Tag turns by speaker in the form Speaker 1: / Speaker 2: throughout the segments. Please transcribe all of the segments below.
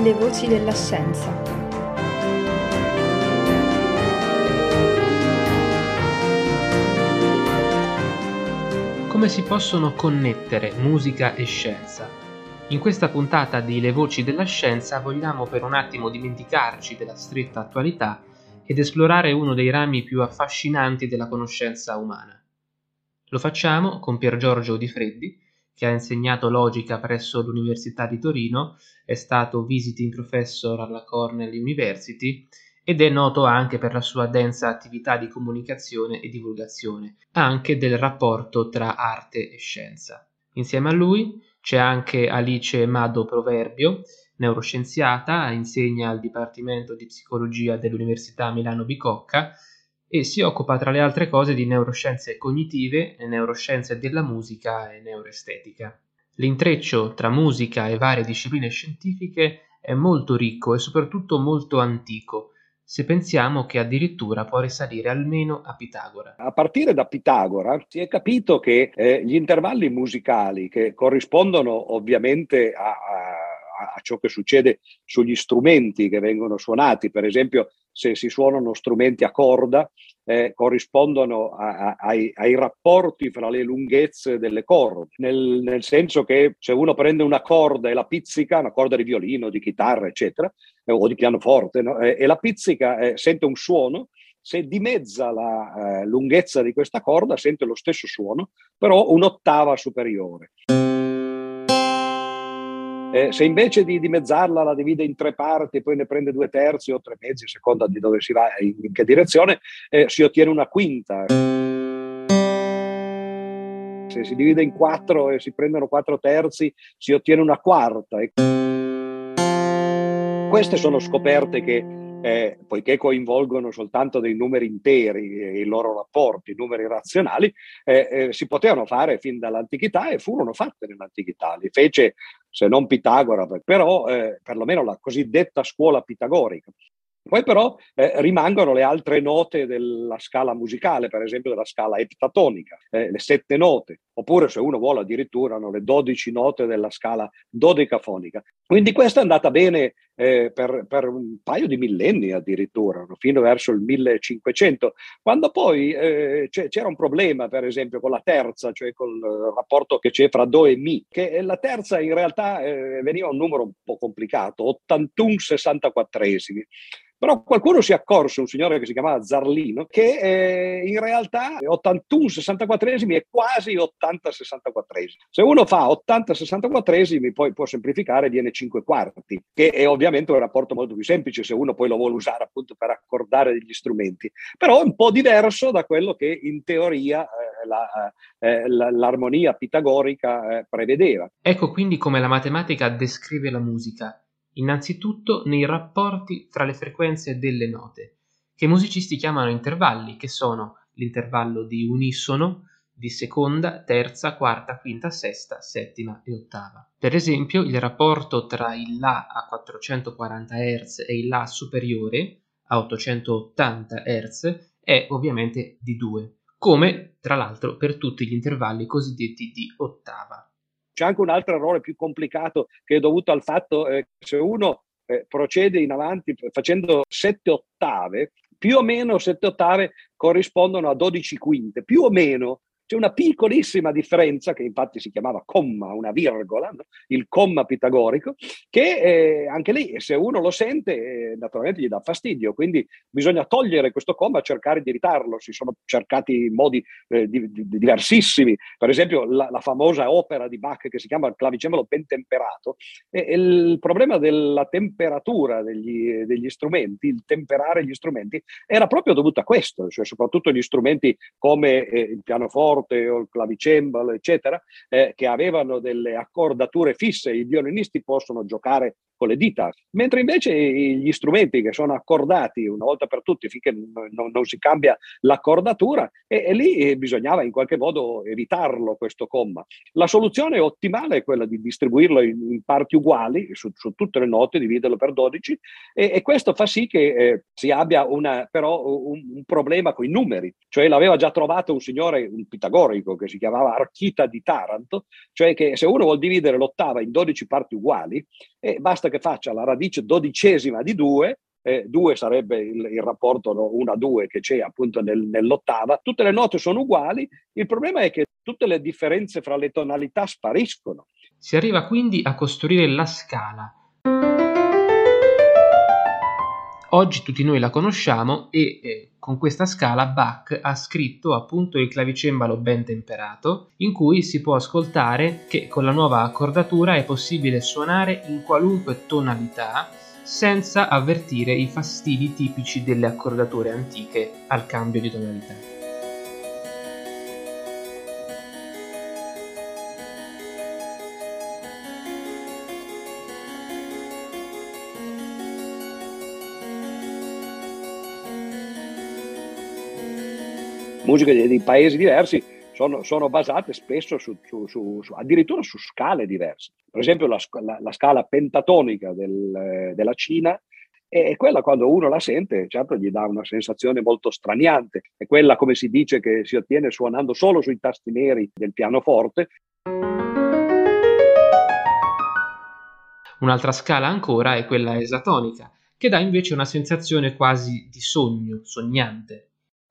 Speaker 1: Le voci della scienza.
Speaker 2: Come si possono connettere musica e scienza? In questa puntata di Le voci della scienza vogliamo per un attimo dimenticarci della stretta attualità ed esplorare uno dei rami più affascinanti della conoscenza umana. Lo facciamo con Pier Giorgio Di Freddi, che ha insegnato logica presso l'Università di Torino, è stato visiting professor alla Cornell University ed è noto anche per la sua densa attività di comunicazione e divulgazione, anche del rapporto tra arte e scienza. Insieme a lui c'è anche Alice Mado Proverbio, neuroscienziata, insegna al Dipartimento di Psicologia dell'Università Milano Bicocca e si occupa tra le altre cose di neuroscienze cognitive, neuroscienze della musica e neuroestetica. L'intreccio tra musica e varie discipline scientifiche è molto ricco e soprattutto molto antico, se pensiamo che addirittura può risalire almeno a Pitagora.
Speaker 3: A partire da Pitagora si è capito che gli intervalli musicali, che corrispondono ovviamente a ciò che succede sugli strumenti che vengono suonati, per esempio se si suonano strumenti a corda, corrispondono ai rapporti fra le lunghezze delle corde, nel senso che se uno prende una corda e la pizzica, una corda di violino, di chitarra, eccetera, o di pianoforte, no? E la pizzica, sente un suono. Se dimezza la lunghezza di questa corda, sente lo stesso suono, però un'ottava superiore. Se invece di dimezzarla la divide in tre parti, poi ne prende 2/3 o 3/3, a seconda di dove si va, in che direzione, si ottiene una quinta. Se si divide in 4 e si prendono 4/3, si ottiene una quarta. Queste sono scoperte che, poiché coinvolgono soltanto dei numeri interi e i loro rapporti, i numeri razionali, si potevano fare fin dall'antichità e furono fatte nell'antichità. Li fece, se non Pitagora, però perlomeno la cosiddetta scuola pitagorica. Poi però rimangono le altre note della scala musicale, per esempio della scala eptatonica, le 7 note, oppure se uno vuole addirittura le 12 note della scala dodecafonica. Quindi questa è andata bene per un paio di millenni addirittura, fino verso il 1500, quando poi c'era un problema per esempio con la terza, cioè col rapporto che c'è fra do e mi, che la terza in realtà veniva un numero un po' complicato, 81/64esimi. Però qualcuno si accorse, un signore che si chiamava Zarlino, che in realtà 81/64esimi è quasi 80/64esimi. Se uno fa 80/64esimi, poi può semplificare, viene 5/4, che è ovviamente un rapporto molto più semplice se uno poi lo vuole usare appunto per accordare degli strumenti. Però è un po' diverso da quello che in teoria l'armonia pitagorica prevedeva.
Speaker 2: Ecco quindi come la matematica descrive la musica. Innanzitutto nei rapporti fra le frequenze delle note, che i musicisti chiamano intervalli, che sono l'intervallo di unisono, di seconda, terza, quarta, quinta, sesta, settima e ottava. Per esempio, il rapporto tra il La a 440 Hz e il La superiore a 880 Hz è ovviamente di 2, come tra l'altro per tutti gli intervalli cosiddetti di ottava.
Speaker 3: C'è anche un altro errore più complicato che è dovuto al fatto che se uno procede in avanti facendo 7 ottave, più o meno 7 ottave corrispondono a 12 quinte, più o meno. C'è una piccolissima differenza, che infatti si chiamava comma, una virgola, no? Il comma pitagorico, che anche lì, se uno lo sente, naturalmente gli dà fastidio, quindi bisogna togliere questo comma e cercare di evitarlo. Si sono cercati modi diversissimi, per esempio la famosa opera di Bach che si chiama il clavicembalo ben temperato, e il problema della temperatura degli strumenti, il temperare gli strumenti, era proprio dovuto a questo, cioè soprattutto gli strumenti come il pianoforte o il clavicembalo, eccetera, che avevano delle accordature fisse. I violinisti possono giocare con le dita, mentre invece gli strumenti che sono accordati una volta per tutti finché non si cambia l'accordatura, e lì bisognava in qualche modo evitarlo questo comma. La soluzione ottimale è quella di distribuirlo in parti uguali su tutte le note, dividerlo per 12, e questo fa sì che si abbia però un problema con i numeri, cioè l'aveva già trovato un signore, un pitagorico che si chiamava Archita di Taranto, cioè che se uno vuol dividere l'ottava in 12 parti uguali, e basta che faccia la radice dodicesima di 2, 2 sarebbe il rapporto 1 a 2 che c'è appunto nell'ottava. Tutte le note sono uguali, il problema è che tutte le differenze fra le tonalità spariscono.
Speaker 2: Si arriva quindi a costruire la scala. Oggi tutti noi la conosciamo e con questa scala Bach ha scritto appunto il clavicembalo ben temperato, in cui si può ascoltare che con la nuova accordatura è possibile suonare in qualunque tonalità senza avvertire i fastidi tipici delle accordature antiche al cambio di tonalità.
Speaker 3: Musiche di paesi diversi sono basate spesso addirittura su scale diverse. Per esempio la scala pentatonica della Cina è quella, quando uno la sente, certo gli dà una sensazione molto straniante. È quella, come si dice, che si ottiene suonando solo sui tasti neri del pianoforte.
Speaker 2: Un'altra scala ancora è quella esatonica, che dà invece una sensazione quasi di sogno, sognante.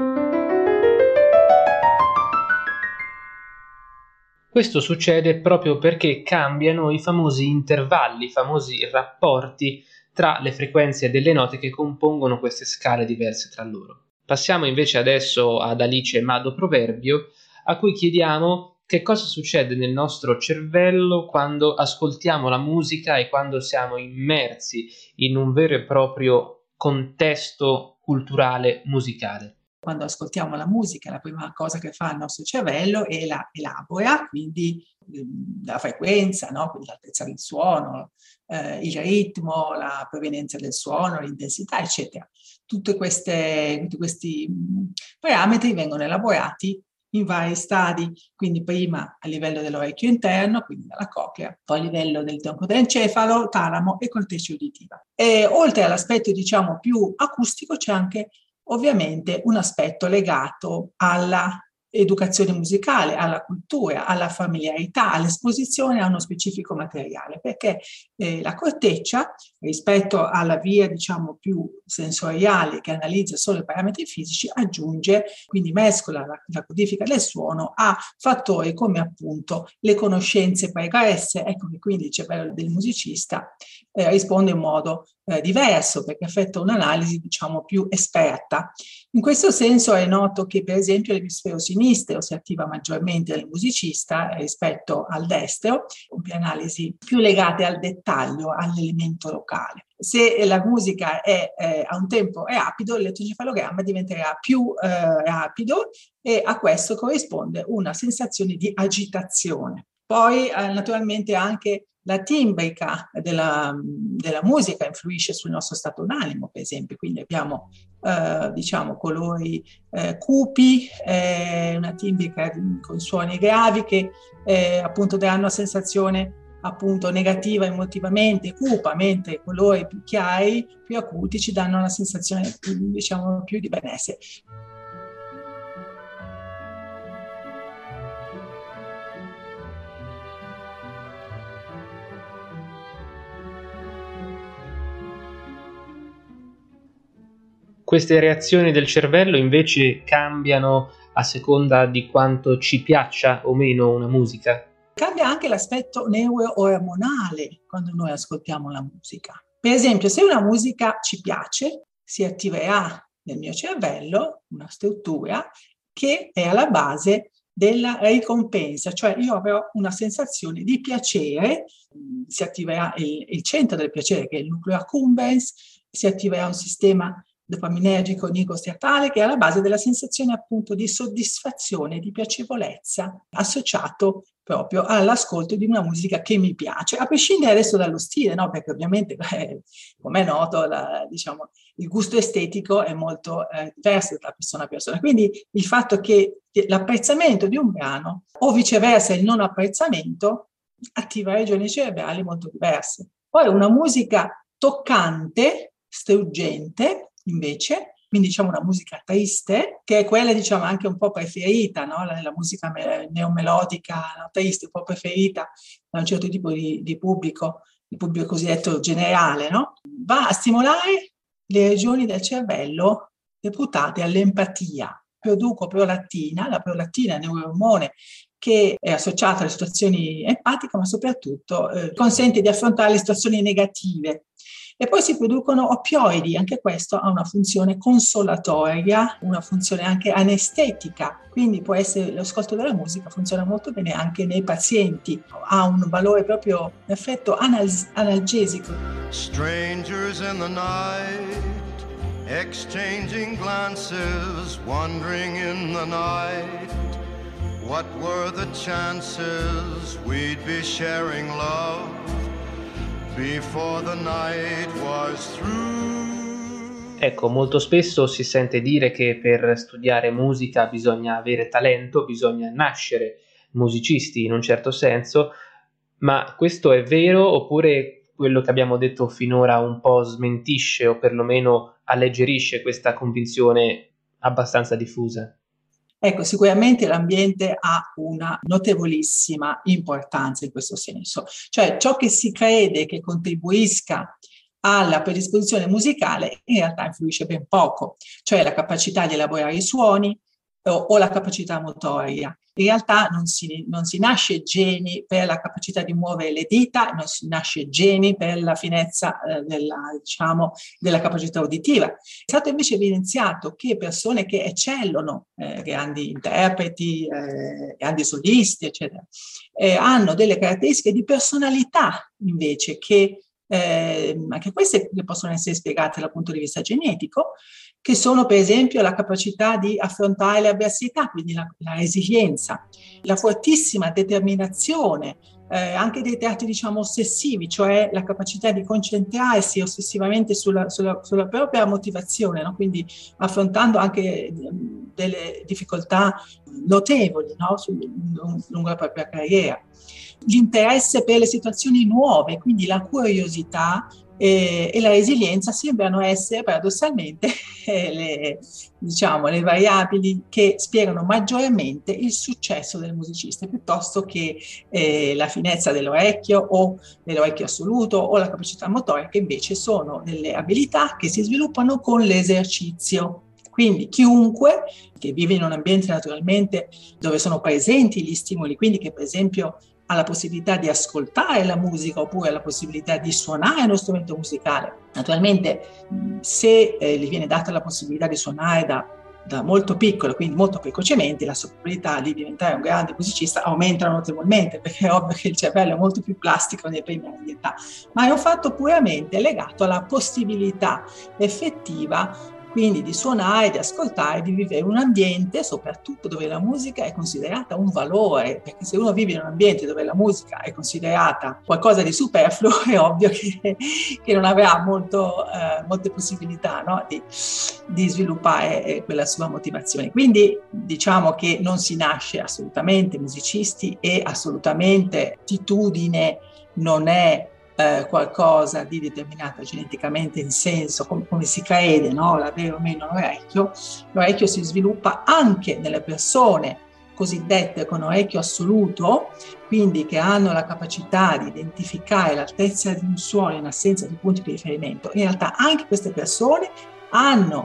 Speaker 2: Questo succede proprio perché cambiano i famosi intervalli, i famosi rapporti tra le frequenze delle note che compongono queste scale diverse tra loro. Passiamo invece adesso ad Alice Mado Proverbio, a cui chiediamo che cosa succede nel nostro cervello quando ascoltiamo la musica e quando siamo immersi in un vero e proprio contesto culturale musicale.
Speaker 4: Quando ascoltiamo la musica, la prima cosa che fa il nostro cervello è la elabora, quindi la frequenza, no? Quindi l'altezza del suono, il ritmo, la provenienza del suono, l'intensità, eccetera. Tutti questi parametri vengono elaborati in vari stadi, quindi prima a livello dell'orecchio interno, quindi dalla coclea, poi a livello del tronco dell'encefalo, talamo e corteccia uditiva. E oltre all'aspetto, diciamo, più acustico, c'è anche ovviamente un aspetto legato alla educazione musicale, alla cultura, alla familiarità, all'esposizione a uno specifico materiale, perché la corteccia, rispetto alla via, diciamo, più sensoriale che analizza solo i parametri fisici, aggiunge, quindi mescola la codifica del suono a fattori come appunto le conoscenze pregresse. Ecco che quindi il cervello del musicista risponde in modo diverso, perché effettua un'analisi, diciamo, più esperta. In questo senso è noto che per esempio l'emisfero sinistro si attiva maggiormente nel musicista rispetto al destro, con più analisi più legate al dettaglio, all'elemento locale. Se la musica a un tempo rapido, l'elettroencefalogramma diventerà più rapido e a questo corrisponde una sensazione di agitazione. Poi naturalmente anche la timbrica della musica influisce sul nostro stato d'animo, per esempio, quindi abbiamo diciamo colori cupi, una timbrica con suoni gravi che appunto daranno una sensazione appunto negativa emotivamente, cupa, mentre i colori più chiari, più acuti ci danno una sensazione, diciamo, più di benessere.
Speaker 2: Queste reazioni del cervello invece cambiano a seconda di quanto ci piaccia o meno una musica.
Speaker 4: Cambia anche l'aspetto neuro-ormonale quando noi ascoltiamo la musica. Per esempio, se una musica ci piace, si attiverà nel mio cervello una struttura che è alla base della ricompensa, cioè io avrò una sensazione di piacere, si attiverà il centro del piacere che è il nucleo accumbens, si attiverà un sistema dopaminergico nicostriatale che è alla base della sensazione appunto di soddisfazione, di piacevolezza associato proprio all'ascolto di una musica che mi piace, a prescindere adesso dallo stile, no? Perché ovviamente come è noto diciamo, il gusto estetico è molto diverso da persona a persona, quindi il fatto che l'apprezzamento di un brano o viceversa il non apprezzamento attiva regioni cerebrali molto diverse. Poi una musica toccante, struggente, invece, quindi diciamo una musica triste, che è quella diciamo anche un po' preferita, no? La musica neomelodica, no? Triste, un po' preferita da un certo tipo di pubblico il pubblico cosiddetto generale, no? Va a stimolare le regioni del cervello deputate all'empatia. Produco prolattina, la prolattina è un neuroormone che è associato alle situazioni empatiche, ma soprattutto consente di affrontare le situazioni negative. E poi si producono oppioidi, anche questo ha una funzione consolatoria, una funzione anche anestetica, quindi può essere, l'ascolto della musica funziona molto bene anche nei pazienti, ha un valore proprio, un effetto analgesico.
Speaker 5: Strangers in the night, exchanging glances, wandering in the night, what were the chances we'd be sharing love before the night was through.
Speaker 2: Ecco, molto spesso si sente dire che per studiare musica bisogna avere talento, bisogna nascere musicisti in un certo senso, ma questo è vero oppure quello che abbiamo detto finora un po' smentisce o perlomeno alleggerisce questa convinzione abbastanza diffusa?
Speaker 4: Ecco, sicuramente l'ambiente ha una notevolissima importanza in questo senso, cioè ciò che si crede che contribuisca alla predisposizione musicale in realtà influisce ben poco, cioè la capacità di elaborare i suoni o la capacità motoria. In realtà non si nasce geni per la capacità di muovere le dita, non si nasce geni per la finezza della capacità uditiva. È stato invece evidenziato che persone che eccellono, grandi interpreti, grandi solisti, eccetera, hanno delle caratteristiche di personalità invece che anche queste che possono essere spiegate dal punto di vista genetico, che sono per esempio la capacità di affrontare le avversità, quindi la resilienza, la fortissima determinazione, anche dei tratti ossessivi, cioè la capacità di concentrarsi ossessivamente sulla propria motivazione, no? Quindi affrontando anche delle difficoltà notevoli, no? Lungo la propria carriera. L'interesse per le situazioni nuove, quindi la curiosità e la resilienza sembrano essere paradossalmente le variabili che spiegano maggiormente il successo del musicista piuttosto che la finezza dell'orecchio o dell'orecchio assoluto o la capacità motoria, che invece sono delle abilità che si sviluppano con l'esercizio. Quindi chiunque che vive in un ambiente naturalmente dove sono presenti gli stimoli, quindi che per esempio ha la possibilità di ascoltare la musica oppure la possibilità di suonare uno strumento musicale. Naturalmente se gli viene data la possibilità di suonare da molto piccolo, quindi molto precocemente, la sua probabilità di diventare un grande musicista aumenta notevolmente, perché è ovvio che il cervello è molto più plastico nei primi anni di età, ma è un fatto puramente legato alla possibilità effettiva quindi di suonare, di ascoltare, di vivere in un ambiente soprattutto dove la musica è considerata un valore, perché se uno vive in un ambiente dove la musica è considerata qualcosa di superfluo è ovvio che non avrà molte possibilità, no? di sviluppare quella sua motivazione. Quindi diciamo che non si nasce assolutamente musicisti e assolutamente attitudine non è qualcosa di determinata geneticamente in senso, come si crede, no? L'avere o meno l'orecchio si sviluppa anche nelle persone cosiddette con orecchio assoluto, quindi che hanno la capacità di identificare l'altezza di un suono in assenza di punti di riferimento. In realtà anche queste persone hanno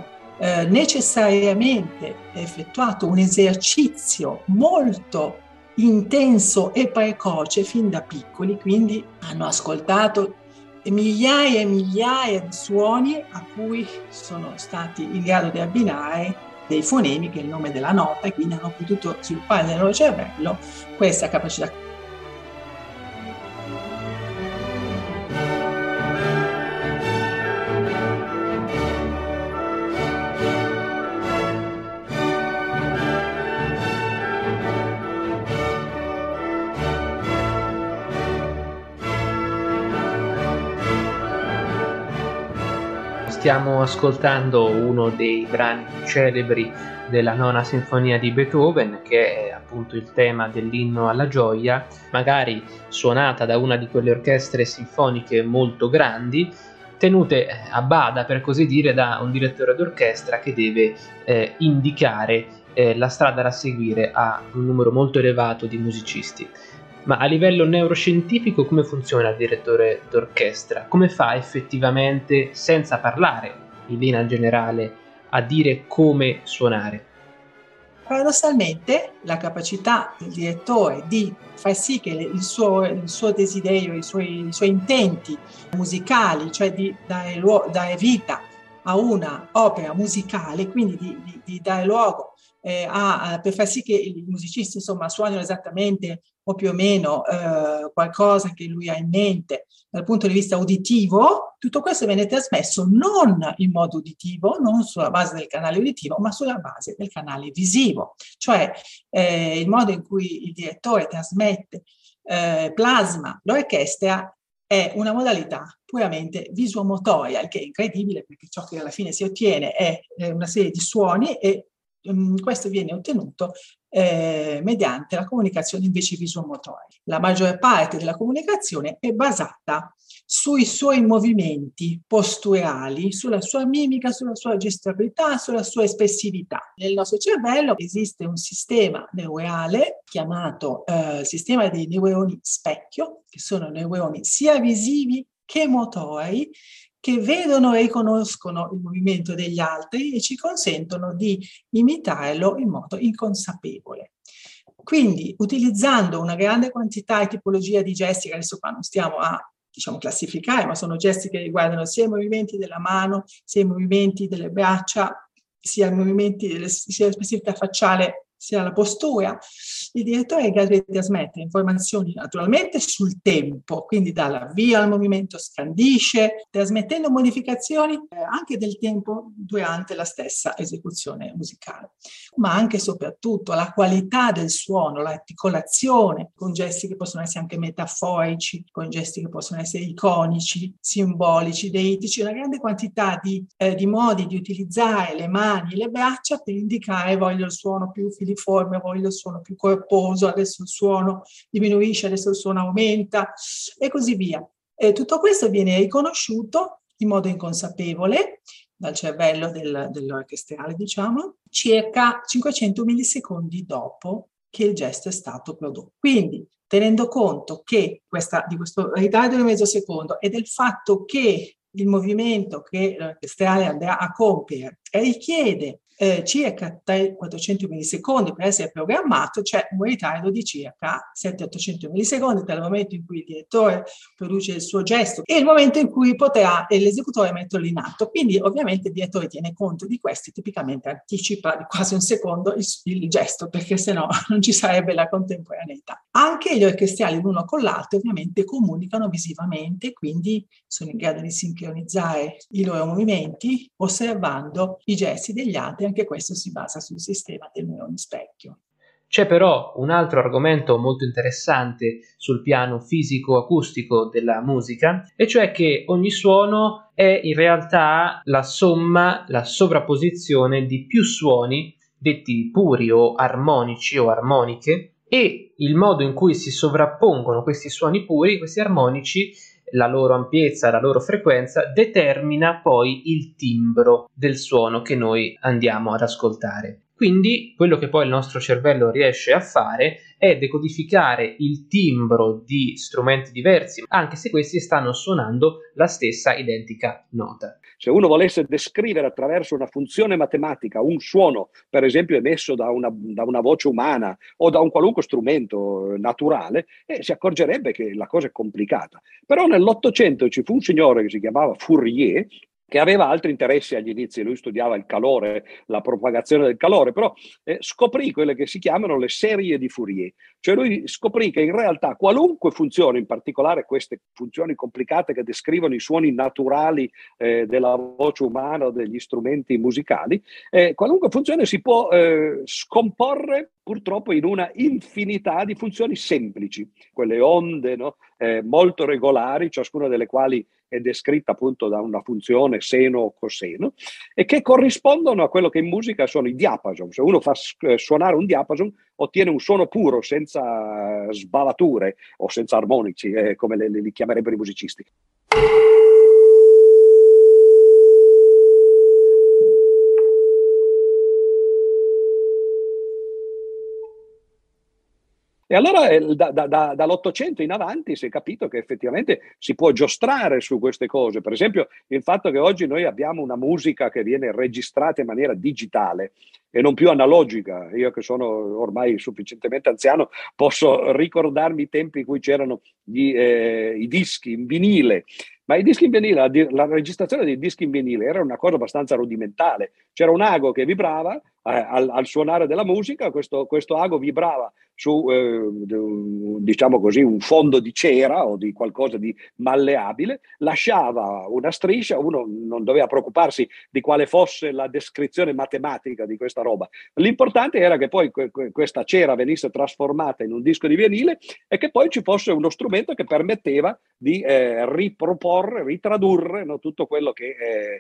Speaker 4: necessariamente effettuato un esercizio molto intenso e precoce fin da piccoli, quindi hanno ascoltato migliaia e migliaia di suoni a cui sono stati in grado di abbinare dei fonemi, che è il nome della nota, e quindi hanno potuto sviluppare nel loro cervello questa capacità.
Speaker 2: Stiamo ascoltando uno dei brani più celebri della Nona Sinfonia di Beethoven, che è appunto il tema dell'Inno alla gioia, magari suonata da una di quelle orchestre sinfoniche molto grandi, tenute a bada, per così dire, da un direttore d'orchestra che deve indicare la strada da seguire a un numero molto elevato di musicisti. Ma a livello neuroscientifico come funziona il direttore d'orchestra? Come fa effettivamente, senza parlare in linea generale, a dire come suonare?
Speaker 4: Paradossalmente, la capacità del direttore di far sì che il suo desiderio, i suoi intenti musicali, cioè di dare vita a una opera musicale, quindi di dare luogo per far sì che i musicisti insomma suonino esattamente o più o meno qualcosa che lui ha in mente dal punto di vista uditivo, tutto questo viene trasmesso non in modo uditivo, non sulla base del canale uditivo, ma sulla base del canale visivo, cioè il modo in cui il direttore trasmette, plasma l'orchestra è una modalità puramente visuomotoria, il che è incredibile perché ciò che alla fine si ottiene è una serie di suoni e questo viene ottenuto mediante la comunicazione invece visuomotoria. La maggior parte della comunicazione è basata sui suoi movimenti posturali, sulla sua mimica, sulla sua gestualità, sulla sua espressività. Nel nostro cervello esiste un sistema neurale chiamato sistema dei neuroni specchio, che sono neuroni sia visivi che motori, che vedono e riconoscono il movimento degli altri e ci consentono di imitarlo in modo inconsapevole. Quindi, utilizzando una grande quantità e tipologia di gesti, che adesso qua non stiamo a classificare, ma sono gesti che riguardano sia i movimenti della mano, sia i movimenti delle braccia, sia i movimenti sia l'espressività facciale, sia la postura. Il direttore è in grado di trasmettere informazioni naturalmente sul tempo, quindi dall'avvio al movimento scandisce, trasmettendo modificazioni anche del tempo durante la stessa esecuzione musicale, ma anche e soprattutto la qualità del suono, l'articolazione, con gesti che possono essere anche metaforici, con gesti che possono essere iconici, simbolici, deitici, una grande quantità di modi di utilizzare le mani e le braccia per indicare voglio il suono più filiforme, voglio il suono più corposo, adesso il suono diminuisce, adesso il suono aumenta e così via. E tutto questo viene riconosciuto in modo inconsapevole dal cervello dell'orchestrale, diciamo, circa 500 millisecondi dopo che il gesto è stato prodotto. Quindi, tenendo conto che di questo ritardo di mezzo secondo e del fatto che il movimento che l'orchestrale andrà a compiere richiede circa 400 millisecondi per essere programmato, c'è un ritardo di circa 700-800 millisecondi tra il momento in cui il direttore produce il suo gesto e il momento in cui potrà l'esecutore metterlo in atto. Quindi ovviamente il direttore tiene conto di questi, tipicamente anticipa di quasi un secondo il gesto, perché sennò non ci sarebbe la contemporaneità. Anche gli orchestrali l'uno con l'altro ovviamente comunicano visivamente, quindi sono in grado di sincronizzare i loro movimenti osservando i gesti degli altri. Anche questo si basa sul sistema del neurone specchio.
Speaker 2: C'è però un altro argomento molto interessante sul piano fisico-acustico della musica, e cioè che ogni suono è in realtà la somma, la sovrapposizione di più suoni, detti puri o armonici o armoniche, e il modo in cui si sovrappongono questi suoni puri, questi armonici, la loro ampiezza, la loro frequenza, determina poi il timbro del suono che noi andiamo ad ascoltare. Quindi quello che poi il nostro cervello riesce a fare è decodificare il timbro di strumenti diversi, anche se questi stanno suonando la stessa identica nota.
Speaker 3: Se uno volesse descrivere attraverso una funzione matematica un suono, per esempio emesso da una voce umana o da un qualunque strumento naturale, si accorgerebbe che la cosa è complicata. Però nell'Ottocento ci fu un signore che si chiamava Fourier, che aveva altri interessi agli inizi. Lui studiava il calore, la propagazione del calore, però scoprì quelle che si chiamano le serie di Fourier. Cioè lui scoprì che in realtà qualunque funzione, in particolare queste funzioni complicate che descrivono i suoni naturali della voce umana o degli strumenti musicali, qualunque funzione si può scomporre purtroppo in una infinità di funzioni semplici, quelle onde, no? Molto regolari, ciascuna delle quali è descritta appunto da una funzione seno o coseno, e che corrispondono a quello che in musica sono i diapason. Se uno fa suonare un diapason, ottiene un suono puro, senza sbavature o senza armonici, come li chiamerebbero i musicisti. E allora dall'Ottocento in avanti si è capito che effettivamente si può giostrare su queste cose. Per esempio il fatto che oggi noi abbiamo una musica che viene registrata in maniera digitale e non più analogica. Io che sono ormai sufficientemente anziano posso ricordarmi i tempi in cui c'erano i dischi in vinile. Ma i dischi in vinile, la registrazione dei dischi in vinile era una cosa abbastanza rudimentale. C'era un ago che vibrava al suonare della musica, questo ago vibrava su, diciamo così, un fondo di cera o di qualcosa di malleabile, lasciava una striscia, uno non doveva preoccuparsi di quale fosse la descrizione matematica di questa roba. L'importante era che poi questa cera venisse trasformata in un disco di vinile e che poi ci fosse uno strumento che permetteva di riproporre, ritradurre, no, tutto quello che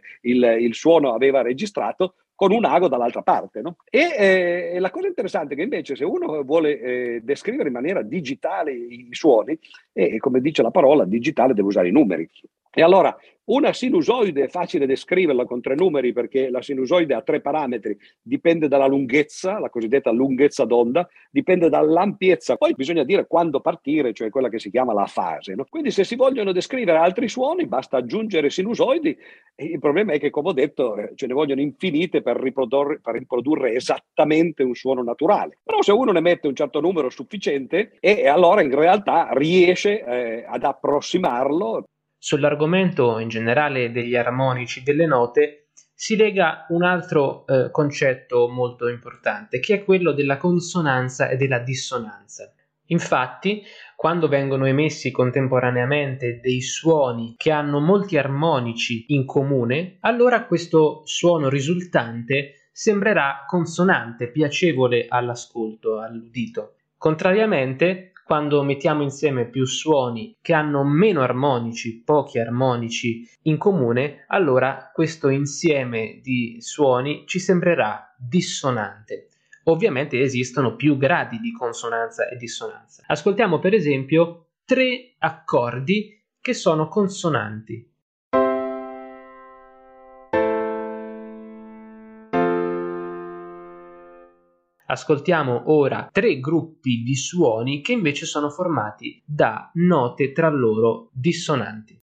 Speaker 3: il suono aveva registrato con un ago dall'altra parte, no? E la cosa interessante è che invece se uno vuole descrivere in maniera digitale i suoni, come dice la parola, digitale deve usare i numeri. E allora una sinusoide è facile descriverla con 3 numeri perché la sinusoide ha 3 parametri, dipende dalla lunghezza, la cosiddetta lunghezza d'onda, dipende dall'ampiezza, poi bisogna dire quando partire, cioè quella che si chiama la fase, no? Quindi se si vogliono descrivere altri suoni basta aggiungere sinusoidi, e il problema è che, come ho detto, ce ne vogliono infinite per riprodurre esattamente un suono naturale. Però se uno ne mette un certo numero sufficiente, e allora in realtà riesce ad approssimarlo.
Speaker 2: Sull'argomento in generale degli armonici delle note si lega un altro concetto molto importante, che è quello della consonanza e della dissonanza. Infatti, quando vengono emessi contemporaneamente dei suoni che hanno molti armonici in comune, allora questo suono risultante sembrerà consonante, piacevole all'ascolto, all'udito. Contrariamente, quando mettiamo insieme più suoni che hanno meno armonici, pochi armonici in comune, allora questo insieme di suoni ci sembrerà dissonante. Ovviamente esistono più gradi di consonanza e dissonanza. Ascoltiamo per esempio 3 accordi che sono consonanti. Ascoltiamo ora 3 gruppi di suoni che invece sono formati da note tra loro dissonanti.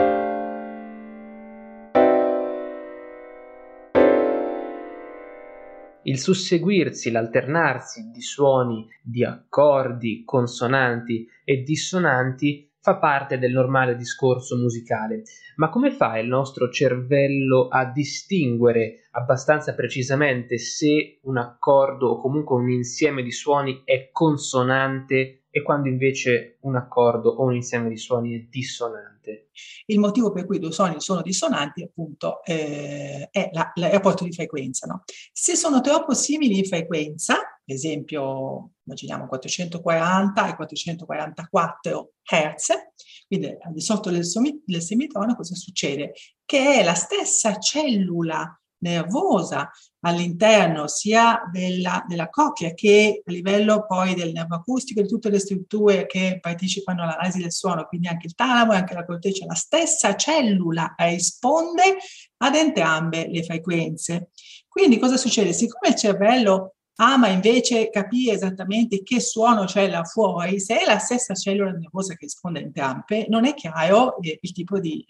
Speaker 2: Il susseguirsi, l'alternarsi di suoni, di accordi, consonanti e dissonanti fa parte del normale discorso musicale, ma come fa il nostro cervello a distinguere abbastanza precisamente se un accordo o comunque un insieme di suoni è consonante e quando invece un accordo o un insieme di suoni è dissonante?
Speaker 4: Il motivo per cui i 2 suoni sono dissonanti appunto è il rapporto di frequenza, no? Se sono troppo simili in frequenza, per esempio immaginiamo 440 e 444 Hz, quindi al di sotto del semitono, cosa succede? Che è la stessa cellula nervosa all'interno sia della coclea che a livello poi del nervo acustico e di tutte le strutture che partecipano all'analisi del suono, quindi anche il talamo e anche la corteccia, la stessa cellula risponde ad entrambe le frequenze. Quindi cosa succede? Siccome il cervello ama invece capire esattamente che suono c'è là fuori, se è la stessa cellula nervosa che risponde a entrambe, non è chiaro il tipo di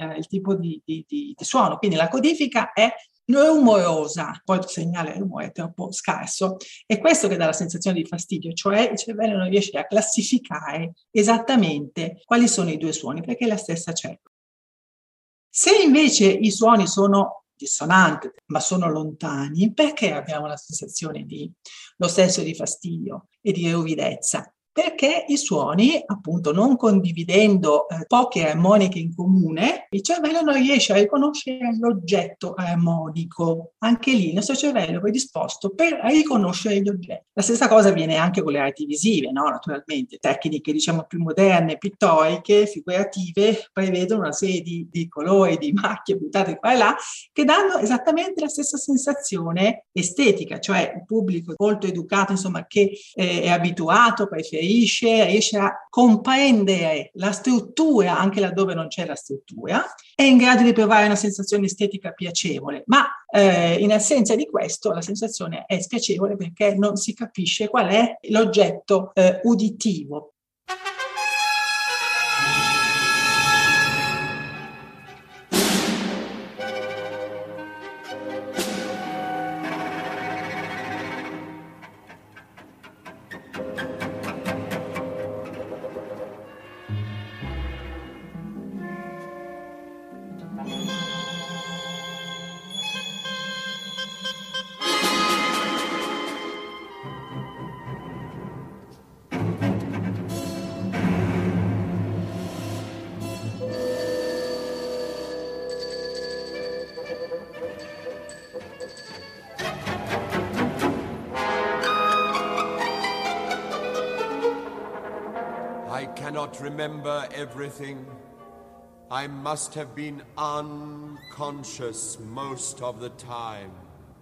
Speaker 4: suono. Quindi la codifica è rumorosa, poi il segnale rumore è troppo scarso. È questo che dà la sensazione di fastidio, cioè il cervello non riesce a classificare esattamente quali sono i 2 suoni, perché è la stessa cellula. Se invece i suoni sono dissonanti, ma sono lontani, perché abbiamo la sensazione di lo stesso di fastidio e di ruvidezza? Perché i suoni, appunto, non condividendo poche armoniche in comune, il cervello non riesce a riconoscere l'oggetto armonico. Anche lì il nostro cervello è predisposto per riconoscere gli oggetti. La stessa cosa avviene anche con le arti visive, no? Naturalmente, tecniche diciamo più moderne, pittoriche, figurative, prevedono una serie di colori, di macchie buttate qua e là, che danno esattamente la stessa sensazione estetica, cioè il pubblico molto educato, insomma, che è abituato, preferisce intuisce, riesce a comprendere la struttura anche laddove non c'è la struttura, è in grado di provare una sensazione estetica piacevole, ma in assenza di questo la sensazione è spiacevole perché non si capisce qual è l'oggetto uditivo.
Speaker 6: I cannot remember everything. I must have been unconscious most of the time.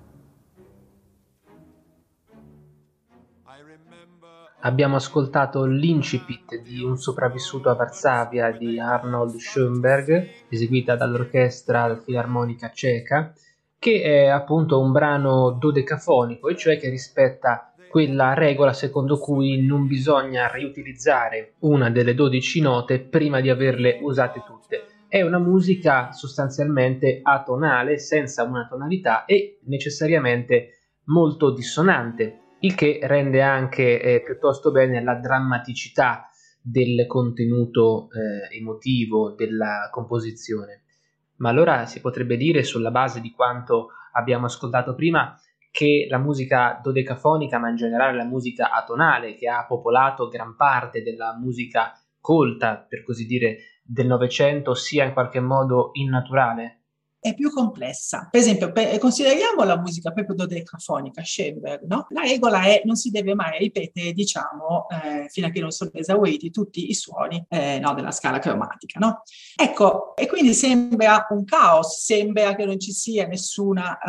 Speaker 2: Abbiamo ascoltato l'incipit di Un sopravvissuto a Varsavia di Arnold Schoenberg, eseguita dall'orchestra filarmonica ceca, che è appunto un brano dodecafonico, e cioè che rispetta quella regola secondo cui non bisogna riutilizzare una delle 12 note prima di averle usate tutte. È una musica sostanzialmente atonale, senza una tonalità e necessariamente molto dissonante, il che rende anche piuttosto bene la drammaticità del contenuto emotivo della composizione. Ma allora si potrebbe dire, sulla base di quanto abbiamo ascoltato prima, che la musica dodecafonica, ma in generale la musica atonale, che ha popolato gran parte della musica colta, per così dire, del Novecento, sia in qualche modo innaturale?
Speaker 4: È più complessa. Per esempio, consideriamo la musica proprio dodecafonica, Schoenberg, no? La regola è non si deve mai ripetere, diciamo, fino a che non sono esauriti tutti i suoni della scala cromatica, no? Ecco, e quindi sembra un caos, sembra che non ci sia nessuna,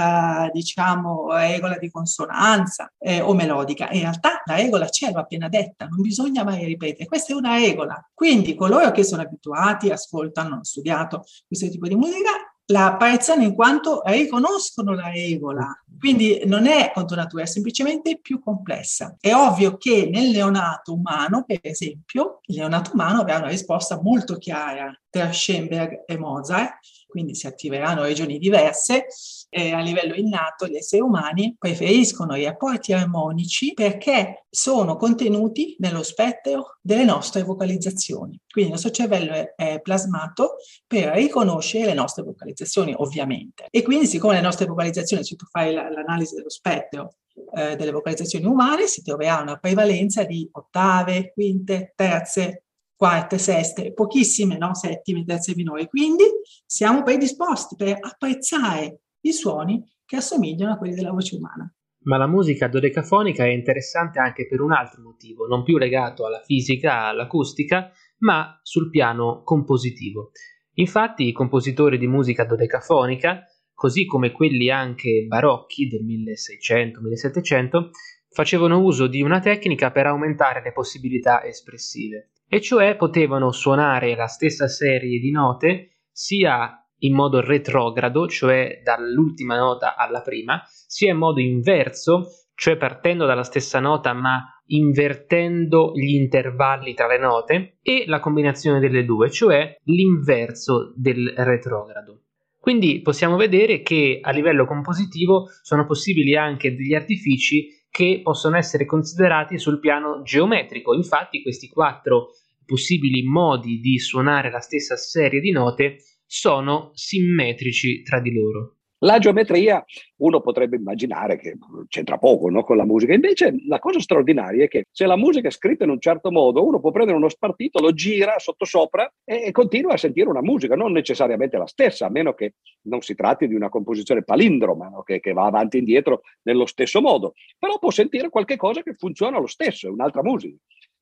Speaker 4: regola di consonanza o melodica. In realtà la regola c'è, l'ho appena detta, non bisogna mai ripetere. Questa è una regola. Quindi coloro che sono abituati, ascoltano, hanno studiato questo tipo di musica, la apprezzano in quanto riconoscono la regola, quindi non è contro natura, è semplicemente più complessa. È ovvio che nel neonato umano, per esempio, il neonato umano avrà una risposta molto chiara tra Schoenberg e Mozart, quindi si attiveranno regioni diverse. A livello innato gli esseri umani preferiscono i rapporti armonici perché sono contenuti nello spettro delle nostre vocalizzazioni. Quindi il nostro cervello è plasmato per riconoscere le nostre vocalizzazioni, ovviamente. E quindi, siccome le nostre vocalizzazioni, se tu fai l'analisi dello spettro delle vocalizzazioni umane, si troverà una prevalenza di ottave, quinte, terze, quarte, seste, pochissime, no? Settime, terze minori. Quindi siamo predisposti per apprezzare i suoni che assomigliano a quelli della voce umana.
Speaker 2: Ma la musica dodecafonica è interessante anche per un altro motivo, non più legato alla fisica, all'acustica, ma sul piano compositivo. Infatti i compositori di musica dodecafonica, così come quelli anche barocchi del 1600-1700, facevano uso di una tecnica per aumentare le possibilità espressive, e cioè potevano suonare la stessa serie di note sia in modo retrogrado, cioè dall'ultima nota alla prima, sia in modo inverso, cioè partendo dalla stessa nota ma invertendo gli intervalli tra le note, e la combinazione delle due, cioè l'inverso del retrogrado. Quindi possiamo vedere che a livello compositivo sono possibili anche degli artifici che possono essere considerati sul piano geometrico. Infatti questi 4 possibili modi di suonare la stessa serie di note sono simmetrici tra di loro.
Speaker 3: La geometria, uno potrebbe immaginare che c'entra poco, no, con la musica, invece la cosa straordinaria è che se la musica è scritta in un certo modo, uno può prendere uno spartito, lo gira sottosopra e continua a sentire una musica, non necessariamente la stessa, a meno che non si tratti di una composizione palindroma, no, che va avanti e indietro nello stesso modo, però può sentire qualche cosa che funziona lo stesso, è un'altra musica.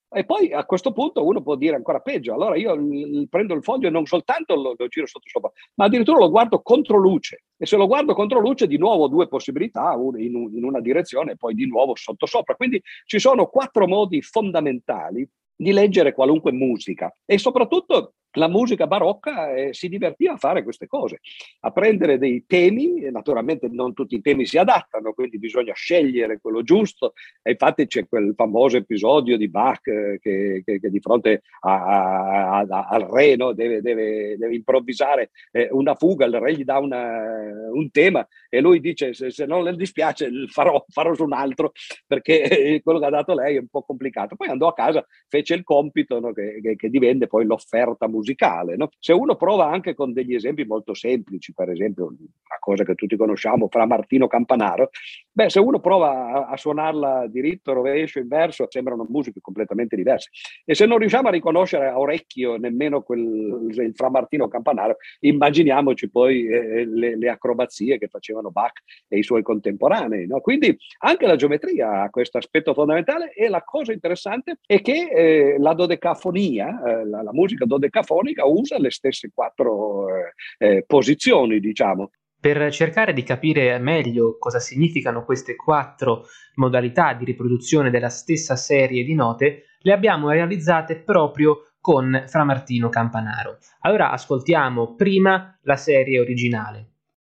Speaker 3: E poi a questo punto uno può dire ancora peggio, allora io prendo il foglio e non soltanto lo giro sottosopra, ma addirittura lo guardo contro luce. E se lo guardo contro luce, di nuovo due possibilità, in una direzione e poi di nuovo sottosopra. Quindi ci sono 4 modi fondamentali di leggere qualunque musica, e soprattutto la musica barocca si divertiva a fare queste cose, a prendere dei temi, e naturalmente non tutti i temi si adattano, quindi bisogna scegliere quello giusto, e infatti c'è quel famoso episodio di Bach che di fronte al re, no, deve improvvisare una fuga, il re gli dà un tema e lui dice se non le dispiace farò su un altro, perché quello che ha dato lei è un po' complicato. Poi andò a casa, fece il compito, no, che divenne poi l'offerta musicale, no? Se uno prova anche con degli esempi molto semplici, per esempio una cosa che tutti conosciamo, Fra Martino Campanaro, se uno prova a suonarla diritto, rovescio, inverso, sembrano musiche completamente diverse, e se non riusciamo a riconoscere a orecchio nemmeno il Fra Martino Campanaro, immaginiamoci poi le acrobazie che facevano Bach e i suoi contemporanei, no? Quindi anche la geometria ha questo aspetto fondamentale, e la cosa interessante è che la dodecafonia, la musica dodecafonica usa le stesse 4 posizioni, diciamo.
Speaker 2: Per cercare di capire meglio cosa significano queste 4 modalità di riproduzione della stessa serie di note, le abbiamo realizzate proprio con Fra Martino Campanaro. Allora ascoltiamo prima la serie originale.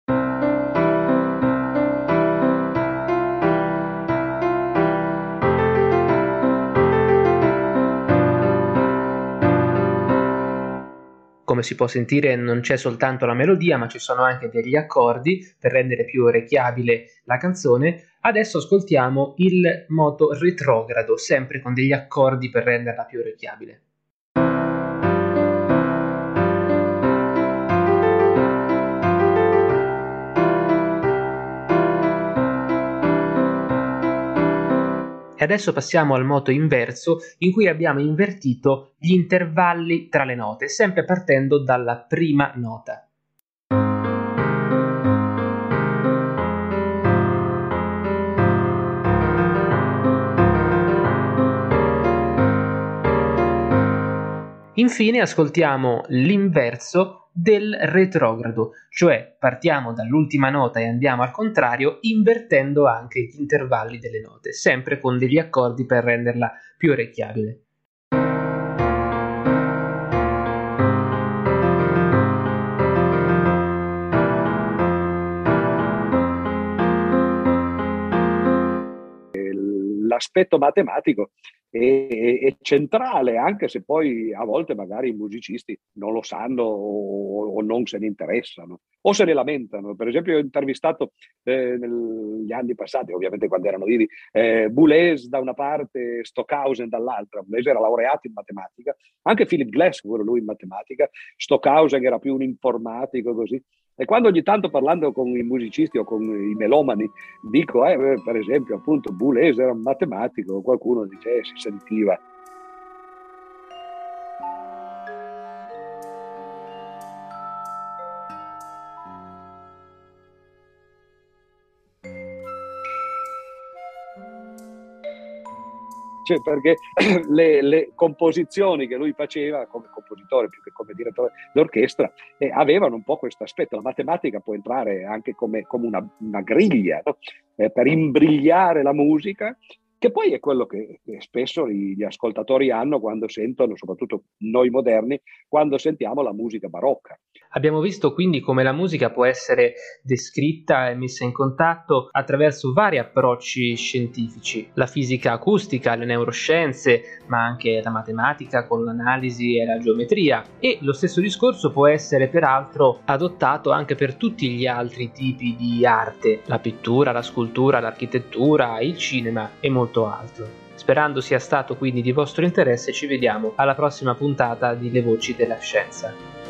Speaker 2: Come si può sentire non c'è soltanto la melodia, ma ci sono anche degli accordi per rendere più orecchiabile la canzone. Adesso ascoltiamo il moto retrogrado, sempre con degli accordi per renderla più orecchiabile. E adesso passiamo al moto inverso, in cui abbiamo invertito gli intervalli tra le note, sempre partendo dalla prima nota. Infine ascoltiamo l'inverso del retrogrado, cioè partiamo dall'ultima nota e andiamo al contrario, invertendo anche gli intervalli delle note, sempre con degli accordi per renderla più orecchiabile.
Speaker 3: L'aspetto matematico è centrale, anche se poi a volte magari i musicisti non lo sanno o non se ne interessano o se ne lamentano. Per esempio, ho intervistato negli anni passati, ovviamente quando erano vivi, Boulez da una parte, Stockhausen dall'altra. Boulez era laureato in matematica, anche Philip Glass, pure lui in matematica, Stockhausen era più un informatico, così. E quando ogni tanto, parlando con i musicisti o con i melomani, dico, per esempio, appunto, Boulez era un matematico, qualcuno dice, si sentiva. Cioè, perché le composizioni che lui faceva come compositore più che come direttore d'orchestra avevano un po' questo aspetto. La matematica può entrare anche come una griglia, no? Per imbrigliare la musica, che poi è quello che spesso gli ascoltatori hanno quando sentono, soprattutto noi moderni, quando sentiamo la musica barocca.
Speaker 2: Abbiamo visto quindi come la musica può essere descritta e messa in contatto attraverso vari approcci scientifici, la fisica acustica, le neuroscienze, ma anche la matematica con l'analisi e la geometria, e lo stesso discorso può essere peraltro adottato anche per tutti gli altri tipi di arte, la pittura, la scultura, l'architettura, il cinema e molto altro. Sperando sia stato quindi di vostro interesse, ci vediamo alla prossima puntata di Le Voci della Scienza.